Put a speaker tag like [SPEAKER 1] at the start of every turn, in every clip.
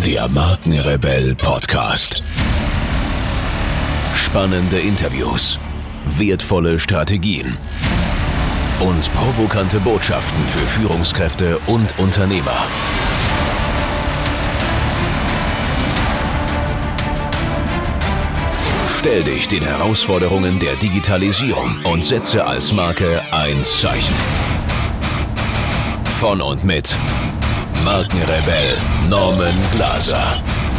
[SPEAKER 1] Der Markenrebell Podcast. Spannende Interviews, wertvolle Strategien und provokante Botschaften für Führungskräfte und Unternehmer. Stell dich den Herausforderungen der Digitalisierung und setze als Marke ein Zeichen. Von und mit Markenrebell Norman Glaser.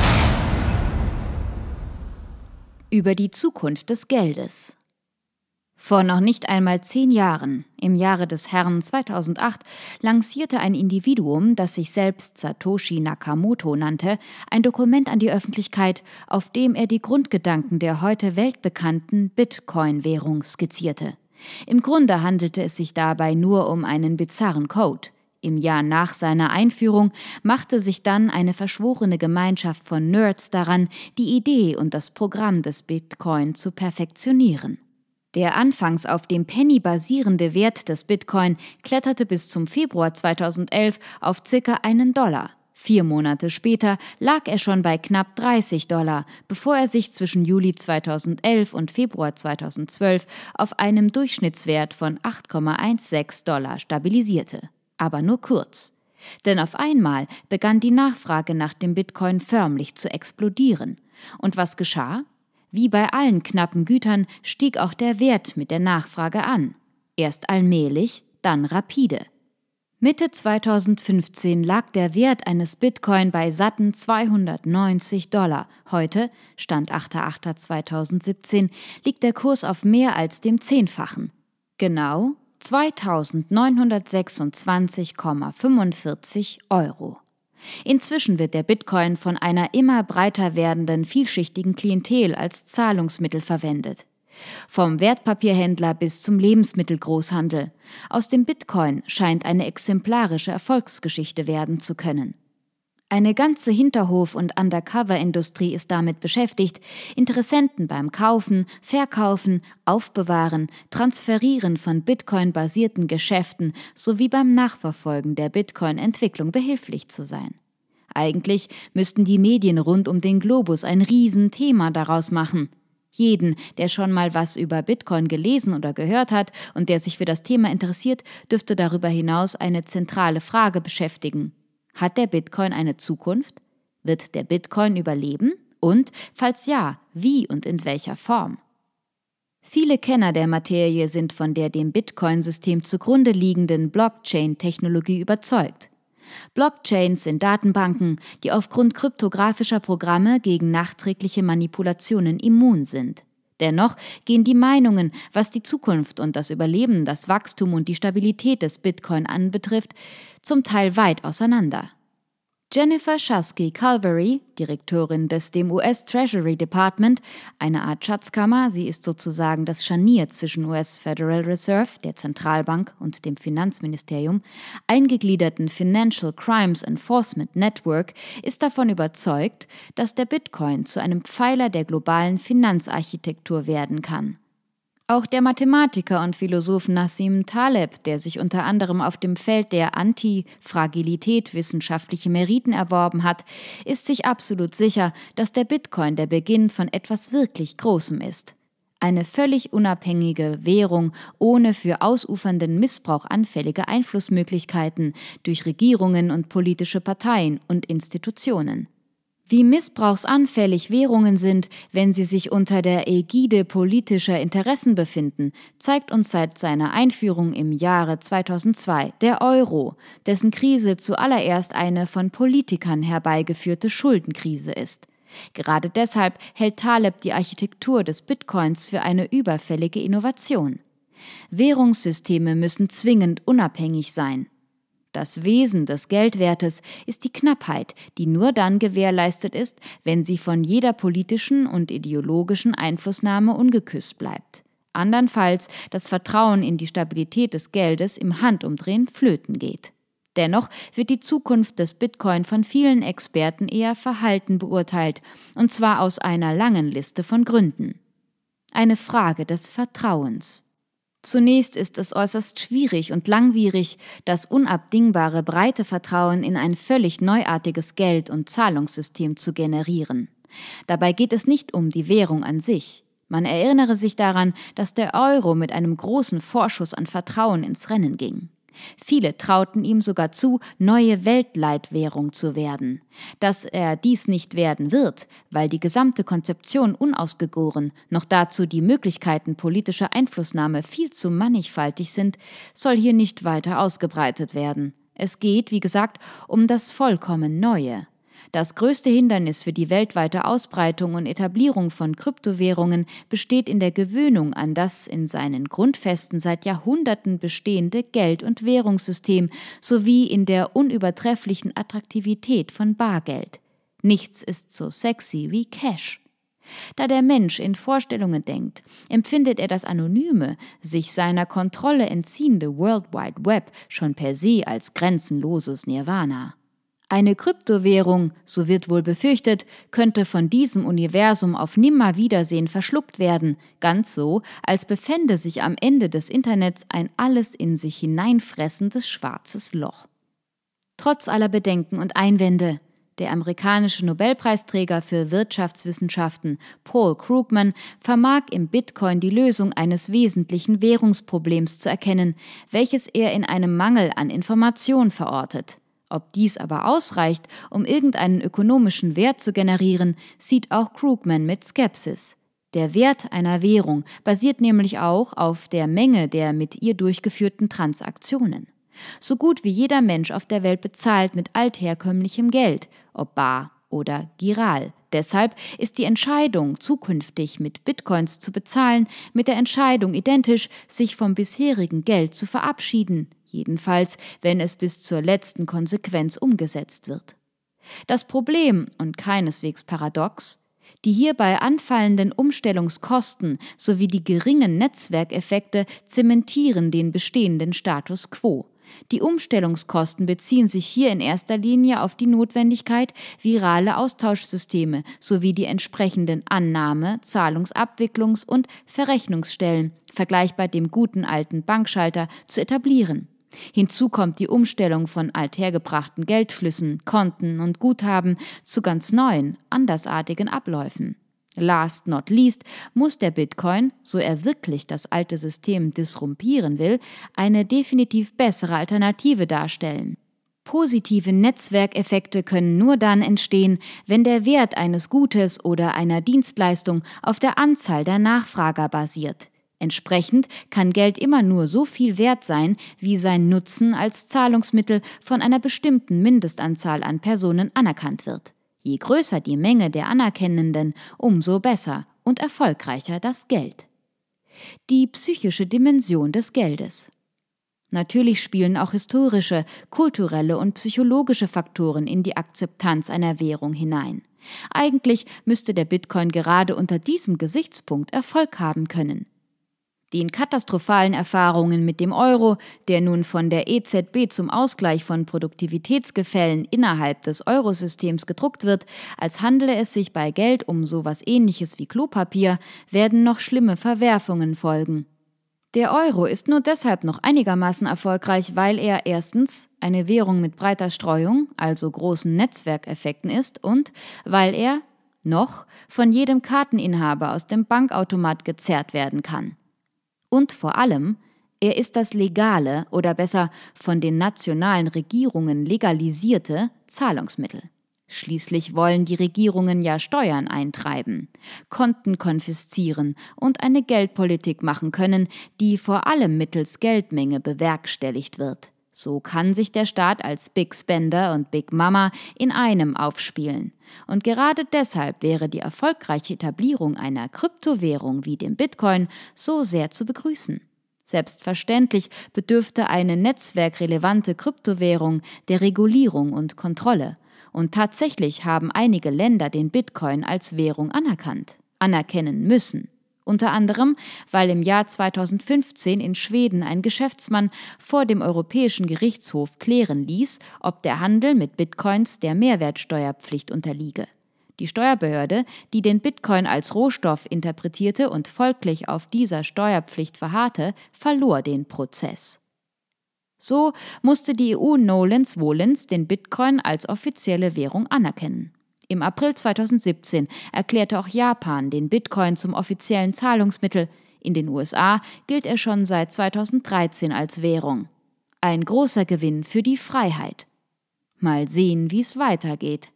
[SPEAKER 2] Über die Zukunft des Geldes. Vor noch nicht einmal 10 Jahren, im Jahre des Herrn 2008, lancierte ein Individuum, das sich selbst Satoshi Nakamoto nannte, ein Dokument an die Öffentlichkeit, auf dem er die Grundgedanken der heute weltbekannten Bitcoin-Währung skizzierte. Im Grunde handelte es sich dabei nur um einen bizarren Code. Im Jahr nach seiner Einführung machte sich dann eine verschworene Gemeinschaft von Nerds daran, die Idee und das Programm des Bitcoin zu perfektionieren. Der anfangs auf dem Penny basierende Wert des Bitcoin kletterte bis zum Februar 2011 auf ca. $1. 4 Monate später lag er schon bei knapp $30, bevor er sich zwischen Juli 2011 und Februar 2012 auf einem Durchschnittswert von $8,16 stabilisierte. Aber nur kurz. Denn auf einmal begann die Nachfrage nach dem Bitcoin förmlich zu explodieren. Und was geschah? Wie bei allen knappen Gütern stieg auch der Wert mit der Nachfrage an. Erst allmählich, dann rapide. Mitte 2015 lag der Wert eines Bitcoin bei satten $290. Heute, Stand 8.8.2017, liegt der Kurs auf mehr als dem 10-fachen. Genau 2.926,45 €. Inzwischen wird der Bitcoin von einer immer breiter werdenden, vielschichtigen Klientel als Zahlungsmittel verwendet. Vom Wertpapierhändler bis zum Lebensmittelgroßhandel. Aus dem Bitcoin scheint eine exemplarische Erfolgsgeschichte werden zu können. Eine ganze Hinterhof- und Undercover-Industrie ist damit beschäftigt, Interessenten beim Kaufen, Verkaufen, Aufbewahren, Transferieren von Bitcoin-basierten Geschäften sowie beim Nachverfolgen der Bitcoin-Entwicklung behilflich zu sein. Eigentlich müssten die Medien rund um den Globus ein Riesenthema daraus machen. Jeden, der schon mal was über Bitcoin gelesen oder gehört hat und der sich für das Thema interessiert, dürfte darüber hinaus eine zentrale Frage beschäftigen. Hat der Bitcoin eine Zukunft? Wird der Bitcoin überleben? Und, falls ja, wie und in welcher Form? Viele Kenner der Materie sind von der dem Bitcoin-System zugrunde liegenden Blockchain-Technologie überzeugt. Blockchains sind Datenbanken, die aufgrund kryptografischer Programme gegen nachträgliche Manipulationen immun sind. Dennoch gehen die Meinungen, was die Zukunft und das Überleben, das Wachstum und die Stabilität des Bitcoin anbetrifft, zum Teil weit auseinander. Jennifer Shusky-Calvary, Direktorin des dem US Treasury Department, eine Art Schatzkammer, sie ist sozusagen das Scharnier zwischen US Federal Reserve, der Zentralbank, und dem Finanzministerium, eingegliederten Financial Crimes Enforcement Network, ist davon überzeugt, dass der Bitcoin zu einem Pfeiler der globalen Finanzarchitektur werden kann. Auch der Mathematiker und Philosoph Nassim Taleb, der sich unter anderem auf dem Feld der Antifragilität wissenschaftliche Meriten erworben hat, ist sich absolut sicher, dass der Bitcoin der Beginn von etwas wirklich Großem ist. Eine völlig unabhängige Währung ohne für ausufernden Missbrauch anfällige Einflussmöglichkeiten durch Regierungen und politische Parteien und Institutionen. Wie missbrauchsanfällig Währungen sind, wenn sie sich unter der Ägide politischer Interessen befinden, zeigt uns seit seiner Einführung im Jahre 2002 der Euro, dessen Krise zuallererst eine von Politikern herbeigeführte Schuldenkrise ist. Gerade deshalb hält Taleb die Architektur des Bitcoins für eine überfällige Innovation. Währungssysteme müssen zwingend unabhängig sein. Das Wesen des Geldwertes ist die Knappheit, die nur dann gewährleistet ist, wenn sie von jeder politischen und ideologischen Einflussnahme ungeküsst bleibt. Andernfalls das Vertrauen in die Stabilität des Geldes im Handumdrehen flöten geht. Dennoch wird die Zukunft des Bitcoin von vielen Experten eher verhalten beurteilt, und zwar aus einer langen Liste von Gründen. Eine Frage des Vertrauens. Zunächst ist es äußerst schwierig und langwierig, das unabdingbare breite Vertrauen in ein völlig neuartiges Geld- und Zahlungssystem zu generieren. Dabei geht es nicht um die Währung an sich. Man erinnere sich daran, dass der Euro mit einem großen Vorschuss an Vertrauen ins Rennen ging. Viele trauten ihm sogar zu, neue Weltleitwährung zu werden. Dass er dies nicht werden wird, weil die gesamte Konzeption unausgegoren, noch dazu die Möglichkeiten politischer Einflussnahme viel zu mannigfaltig sind, soll hier nicht weiter ausgebreitet werden. Es geht, wie gesagt, um das vollkommen Neue. Das größte Hindernis für die weltweite Ausbreitung und Etablierung von Kryptowährungen besteht in der Gewöhnung an das in seinen Grundfesten seit Jahrhunderten bestehende Geld- und Währungssystem sowie in der unübertrefflichen Attraktivität von Bargeld. Nichts ist so sexy wie Cash. Da der Mensch in Vorstellungen denkt, empfindet er das anonyme, sich seiner Kontrolle entziehende World Wide Web schon per se als grenzenloses Nirvana. Eine Kryptowährung, so wird wohl befürchtet, könnte von diesem Universum auf Nimmerwiedersehen verschluckt werden, ganz so, als befände sich am Ende des Internets ein alles in sich hineinfressendes schwarzes Loch. Trotz aller Bedenken und Einwände, der amerikanische Nobelpreisträger für Wirtschaftswissenschaften Paul Krugman vermag im Bitcoin die Lösung eines wesentlichen Währungsproblems zu erkennen, welches er in einem Mangel an Information verortet. Ob dies aber ausreicht, um irgendeinen ökonomischen Wert zu generieren, sieht auch Krugman mit Skepsis. Der Wert einer Währung basiert nämlich auch auf der Menge der mit ihr durchgeführten Transaktionen. So gut wie jeder Mensch auf der Welt bezahlt mit altherkömmlichem Geld, ob bar oder giral. Deshalb ist die Entscheidung, zukünftig mit Bitcoins zu bezahlen, mit der Entscheidung identisch, sich vom bisherigen Geld zu verabschieden, jedenfalls, wenn es bis zur letzten Konsequenz umgesetzt wird. Das Problem, und keineswegs paradox, die hierbei anfallenden Umstellungskosten sowie die geringen Netzwerkeffekte zementieren den bestehenden Status quo. Die Umstellungskosten beziehen sich hier in erster Linie auf die Notwendigkeit, virale Austauschsysteme sowie die entsprechenden Annahme-, Zahlungsabwicklungs- und Verrechnungsstellen, vergleichbar dem guten alten Bankschalter, zu etablieren. Hinzu kommt die Umstellung von althergebrachten Geldflüssen, Konten und Guthaben zu ganz neuen, andersartigen Abläufen. Last not least muss der Bitcoin, so er wirklich das alte System disrumpieren will, eine definitiv bessere Alternative darstellen. Positive Netzwerkeffekte können nur dann entstehen, wenn der Wert eines Gutes oder einer Dienstleistung auf der Anzahl der Nachfrager basiert. Entsprechend kann Geld immer nur so viel wert sein, wie sein Nutzen als Zahlungsmittel von einer bestimmten Mindestanzahl an Personen anerkannt wird. Je größer die Menge der Anerkennenden, umso besser und erfolgreicher das Geld. Die psychische Dimension des Geldes. Natürlich spielen auch historische, kulturelle und psychologische Faktoren in die Akzeptanz einer Währung hinein. Eigentlich müsste der Bitcoin gerade unter diesem Gesichtspunkt Erfolg haben können. Den katastrophalen Erfahrungen mit dem Euro, der nun von der EZB zum Ausgleich von Produktivitätsgefällen innerhalb des Eurosystems gedruckt wird, als handele es sich bei Geld um sowas Ähnliches wie Klopapier, werden noch schlimme Verwerfungen folgen. Der Euro ist nur deshalb noch einigermaßen erfolgreich, weil er erstens eine Währung mit breiter Streuung, also großen Netzwerkeffekten ist, und weil er noch von jedem Karteninhaber aus dem Bankautomat gezerrt werden kann. Und vor allem, er ist das legale oder besser von den nationalen Regierungen legalisierte Zahlungsmittel. Schließlich wollen die Regierungen ja Steuern eintreiben, Konten konfiszieren und eine Geldpolitik machen können, die vor allem mittels Geldmenge bewerkstelligt wird. So kann sich der Staat als Big Spender und Big Mama in einem aufspielen. Und gerade deshalb wäre die erfolgreiche Etablierung einer Kryptowährung wie dem Bitcoin so sehr zu begrüßen. Selbstverständlich bedürfte eine netzwerkrelevante Kryptowährung der Regulierung und Kontrolle. Und tatsächlich haben einige Länder den Bitcoin als Währung anerkennen müssen. Unter anderem, weil im Jahr 2015 in Schweden ein Geschäftsmann vor dem Europäischen Gerichtshof klären ließ, ob der Handel mit Bitcoins der Mehrwertsteuerpflicht unterliege. Die Steuerbehörde, die den Bitcoin als Rohstoff interpretierte und folglich auf dieser Steuerpflicht verharrte, verlor den Prozess. So musste die EU nolens volens den Bitcoin als offizielle Währung anerkennen. Im April 2017 erklärte auch Japan den Bitcoin zum offiziellen Zahlungsmittel. In den USA gilt er schon seit 2013 als Währung. Ein großer Gewinn für die Freiheit. Mal sehen, wie es weitergeht.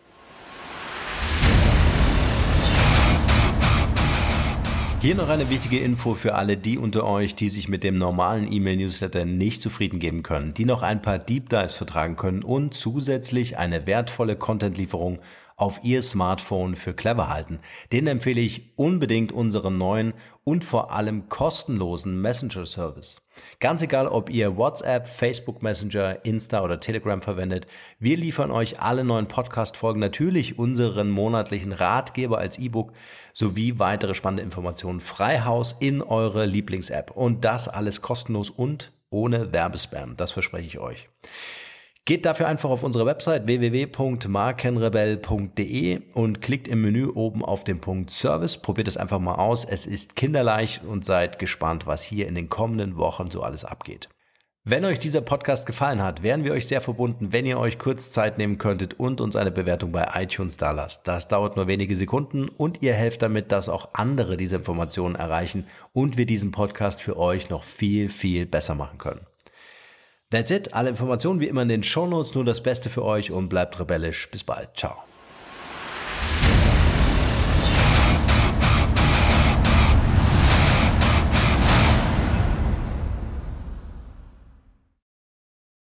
[SPEAKER 3] Hier noch eine wichtige Info für alle die unter euch, die sich mit dem normalen E-Mail-Newsletter nicht zufrieden geben können, die noch ein paar Deep Dives vertragen können und zusätzlich eine wertvolle Content-Lieferung auf ihr Smartphone für clever halten. Denen empfehle ich unbedingt unseren neuen und vor allem kostenlosen Messenger-Service. Ganz egal, ob ihr WhatsApp, Facebook Messenger, Insta oder Telegram verwendet, wir liefern euch alle neuen Podcast-Folgen, natürlich unseren monatlichen Ratgeber als E-Book sowie weitere spannende Informationen frei Haus in eure Lieblings-App. Und das alles kostenlos und ohne Werbespam, das verspreche ich euch. Geht dafür einfach auf unsere Website www.markenrebell.de und klickt im Menü oben auf den Punkt Service. Probiert es einfach mal aus. Es ist kinderleicht und seid gespannt, was hier in den kommenden Wochen so alles abgeht. Wenn euch dieser Podcast gefallen hat, wären wir euch sehr verbunden, wenn ihr euch kurz Zeit nehmen könntet und uns eine Bewertung bei iTunes dalasst. Das dauert nur wenige Sekunden und ihr helft damit, dass auch andere diese Informationen erreichen und wir diesen Podcast für euch noch viel, viel besser machen können. That's it. Alle Informationen wie immer in den Shownotes. Nur das Beste für euch und bleibt rebellisch. Bis bald. Ciao.